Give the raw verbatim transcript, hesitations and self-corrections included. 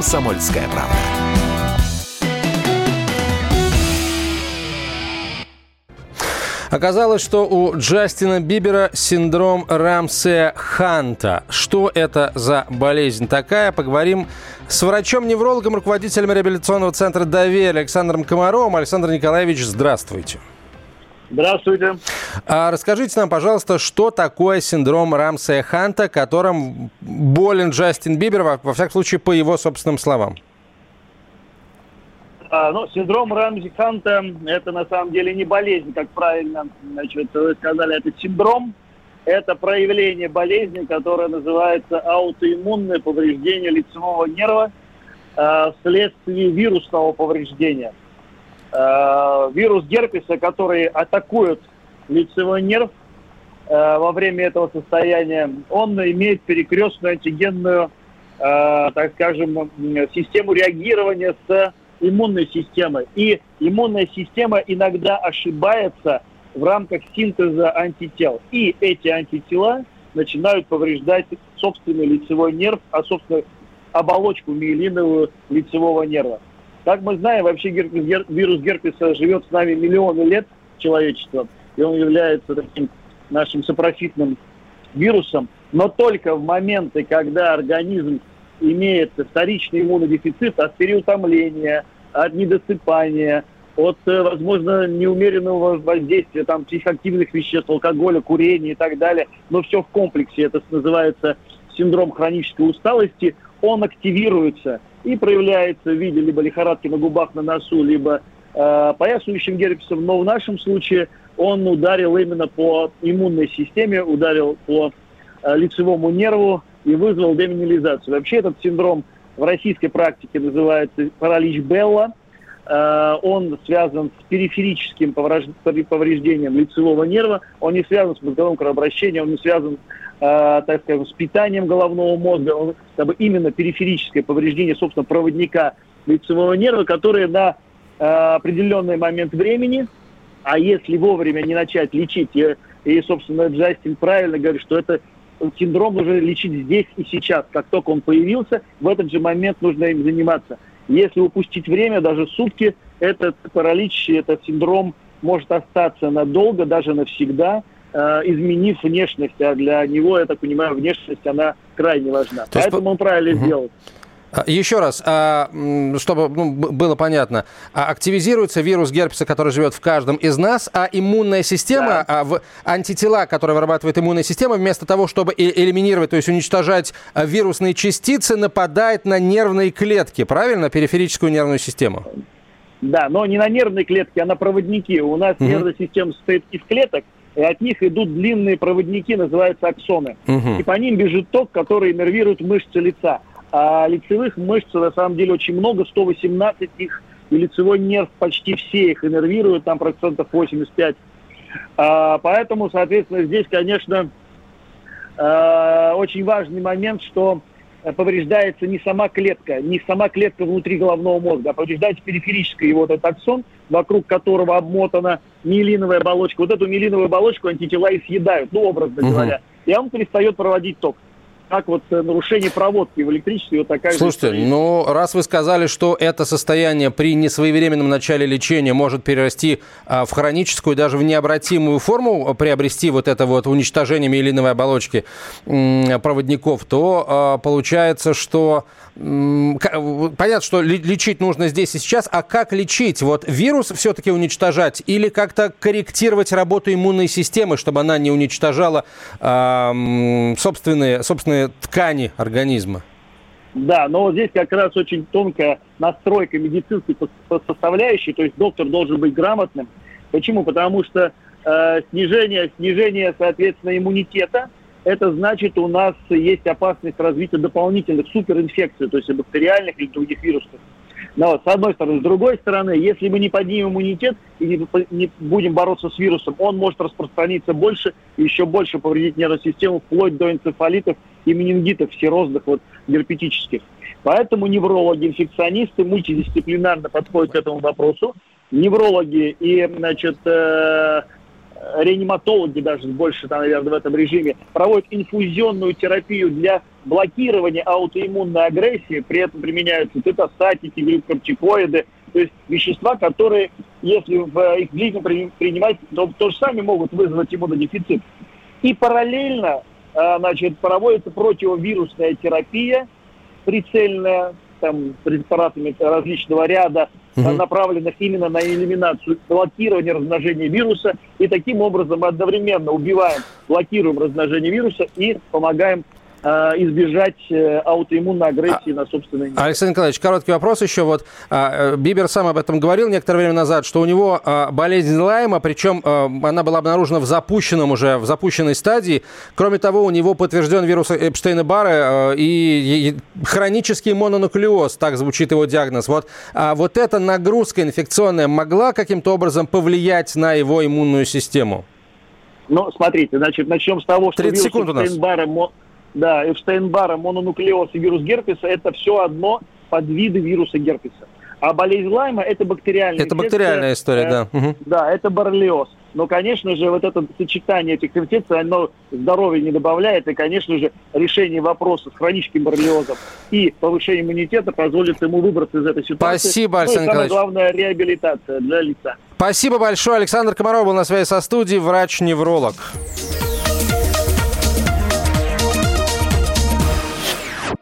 «Комсомольская правда». Оказалось, что у Джастина Бибера синдром Рамсея-Ханта. Что это за болезнь такая? Поговорим с врачом-неврологом, руководителем реабилитационного центра «Доверие» Александром Комаровым. Александр Николаевич, здравствуйте. Здравствуйте. А расскажите нам, пожалуйста, что такое синдром Рамсея-Ханта, которым болен Джастин Бибер, во, во всяком случае, по его собственным словам? А, ну, синдром Рамсея-Ханта – это на самом деле не болезнь, как правильно, значит, вы сказали, это синдром. Это проявление болезни, которая называется аутоиммунное повреждение лицевого нерва э, вследствие вирусного повреждения. Э, вирус герпеса, который атакует лицевой нерв э, во время этого состояния, он имеет перекрестную антигенную, э, так скажем, систему реагирования с иммунной системой. И иммунная система иногда ошибается в рамках синтеза антител. И эти антитела начинают повреждать собственный лицевой нерв, а, собственно, оболочку миелиновую лицевого нерва. Как мы знаем, вообще герпес, гер, вирус герпеса живет с нами миллионы лет, человечества, и он является таким нашим сапрофитным вирусом. Но только в моменты, когда организм имеет вторичный иммунодефицит от переутомления, от недосыпания, от, возможно, неумеренного воздействия там, психоактивных веществ, алкоголя, курения и так далее, но все в комплексе, это называется синдром хронической усталости, он активируется и проявляется в виде либо лихорадки на губах, на носу, либо э, поясывающим герпесом, но в нашем случае он ударил именно по иммунной системе, ударил по э, лицевому нерву, и вызвал демиелинизацию. Вообще этот синдром в российской практике называется паралич Белла. Э, он связан с периферическим повреждением лицевого нерва. Он не связан с мозговым кровообращением, он не связан, э, так скажем, с питанием головного мозга. Он как бы, именно периферическое повреждение, собственно, проводника лицевого нерва, который на э, определенный момент времени, а если вовремя не начать лечить, и, и собственно, Джастин правильно говорит, что это синдром нужно лечить здесь и сейчас. Как только он появился, в этот же момент нужно им заниматься. Если упустить время, даже сутки, этот паралич, этот синдром может остаться надолго, даже навсегда, э, изменив внешность. А для него, я так понимаю, внешность, она крайне важна. То Поэтому есть... он правильно угу. сделал. Еще раз, чтобы ну, было понятно, активизируется вирус герпеса, который живет в каждом из нас, а иммунная система, да. антитела, которые вырабатывает иммунная система, вместо того, чтобы элиминировать, то есть уничтожать вирусные частицы, нападает на нервные клетки, правильно? Периферическую нервную систему. Да, но не на нервные клетки, а на проводники. У нас угу. нервная система состоит из клеток, и от них идут длинные проводники, называются аксоны. Угу. И по ним бежит ток, который иннервирует мышцы лица. А лицевых мышц на самом деле очень много, сто восемнадцать их, и лицевой нерв почти все их иннервируют, там процентов восемьдесят пять. А, поэтому, соответственно, здесь, конечно, а, очень важный момент, что повреждается не сама клетка, не сама клетка внутри головного мозга, а повреждается периферический его вот этот аксон, вокруг которого обмотана миелиновая оболочка. Вот эту миелиновую оболочку антитела и съедают, ну, образно говоря, и он перестает проводить ток. Как вот нарушение проводки в электричестве, вот такая Слушайте, же история. Ну, раз вы сказали, что это состояние при несвоевременном начале лечения может перерасти а, в хроническую, даже в необратимую форму, приобрести вот это вот уничтожение миелиновой оболочки м, проводников, то а, получается, что м, понятно, что лечить нужно здесь и сейчас, а как лечить? Вот вирус все-таки уничтожать или как-то корректировать работу иммунной системы, чтобы она не уничтожала а, собственные, собственные ткани организма? Да, но вот здесь как раз очень тонкая настройка медицинской составляющей, то есть доктор должен быть грамотным. Почему? Потому что э, снижение, снижение, соответственно, иммунитета, это значит, у нас есть опасность развития дополнительных суперинфекций, то есть бактериальных или других вирусов. Но, с одной стороны. С другой стороны, если мы не поднимем иммунитет и не, не будем бороться с вирусом, он может распространиться больше и еще больше повредить нервную систему, вплоть до энцефалитов и менингитов серозных, вот, герпетических. Поэтому неврологи, инфекционисты мультидисциплинарно подходят к этому вопросу. Неврологи и, значит, э, реаниматологи даже больше, там, наверное, в этом режиме, проводят инфузионную терапию для блокирования аутоиммунной агрессии, при этом применяются цитостатики, глюкокортикоиды, то есть вещества, которые, если в их длительно принимать, то тоже сами могут вызвать иммунодефицит. И параллельно, значит, проводится противовирусная терапия, прицельная, там, препаратами различного ряда, угу. направленных именно на элиминацию, блокирование размножения вируса. И таким образом мы одновременно убиваем, блокируем размножение вируса и помогаем избежать аутоиммунной агрессии а, на собственной нервы. Александр Николаевич, короткий вопрос еще. Вот а, Бибер сам об этом говорил некоторое время назад, что у него а, болезнь Лайма, причем а, она была обнаружена в запущенном уже, в запущенной стадии. Кроме того, у него подтвержден вирус Эпштейна-Барре а, и, и хронический мононуклеоз, так звучит его диагноз. Вот, а, вот эта нагрузка инфекционная могла каким-то образом повлиять на его иммунную систему? Ну, смотрите, значит, начнем с того, что вирус Эпштейн-Барре... Да, Эпштейн-Барр, мононуклеоз и вирус герпеса – это все одно подвиды вируса герпеса. А болезнь Лайма – это бактериальная Это инфекция, бактериальная история, э, да. Угу. Да, это боррелиоз. Но, конечно же, вот это сочетание этих инфекций, оно здоровья не добавляет. И, конечно же, решение вопроса с хроническим боррелиозом и повышением иммунитета позволит ему выбраться из этой ситуации. Спасибо, ну, Александр Николаевич. Самое главное – реабилитация для лица. Спасибо большое. Александр Комаров был на связи со студией, врач-невролог.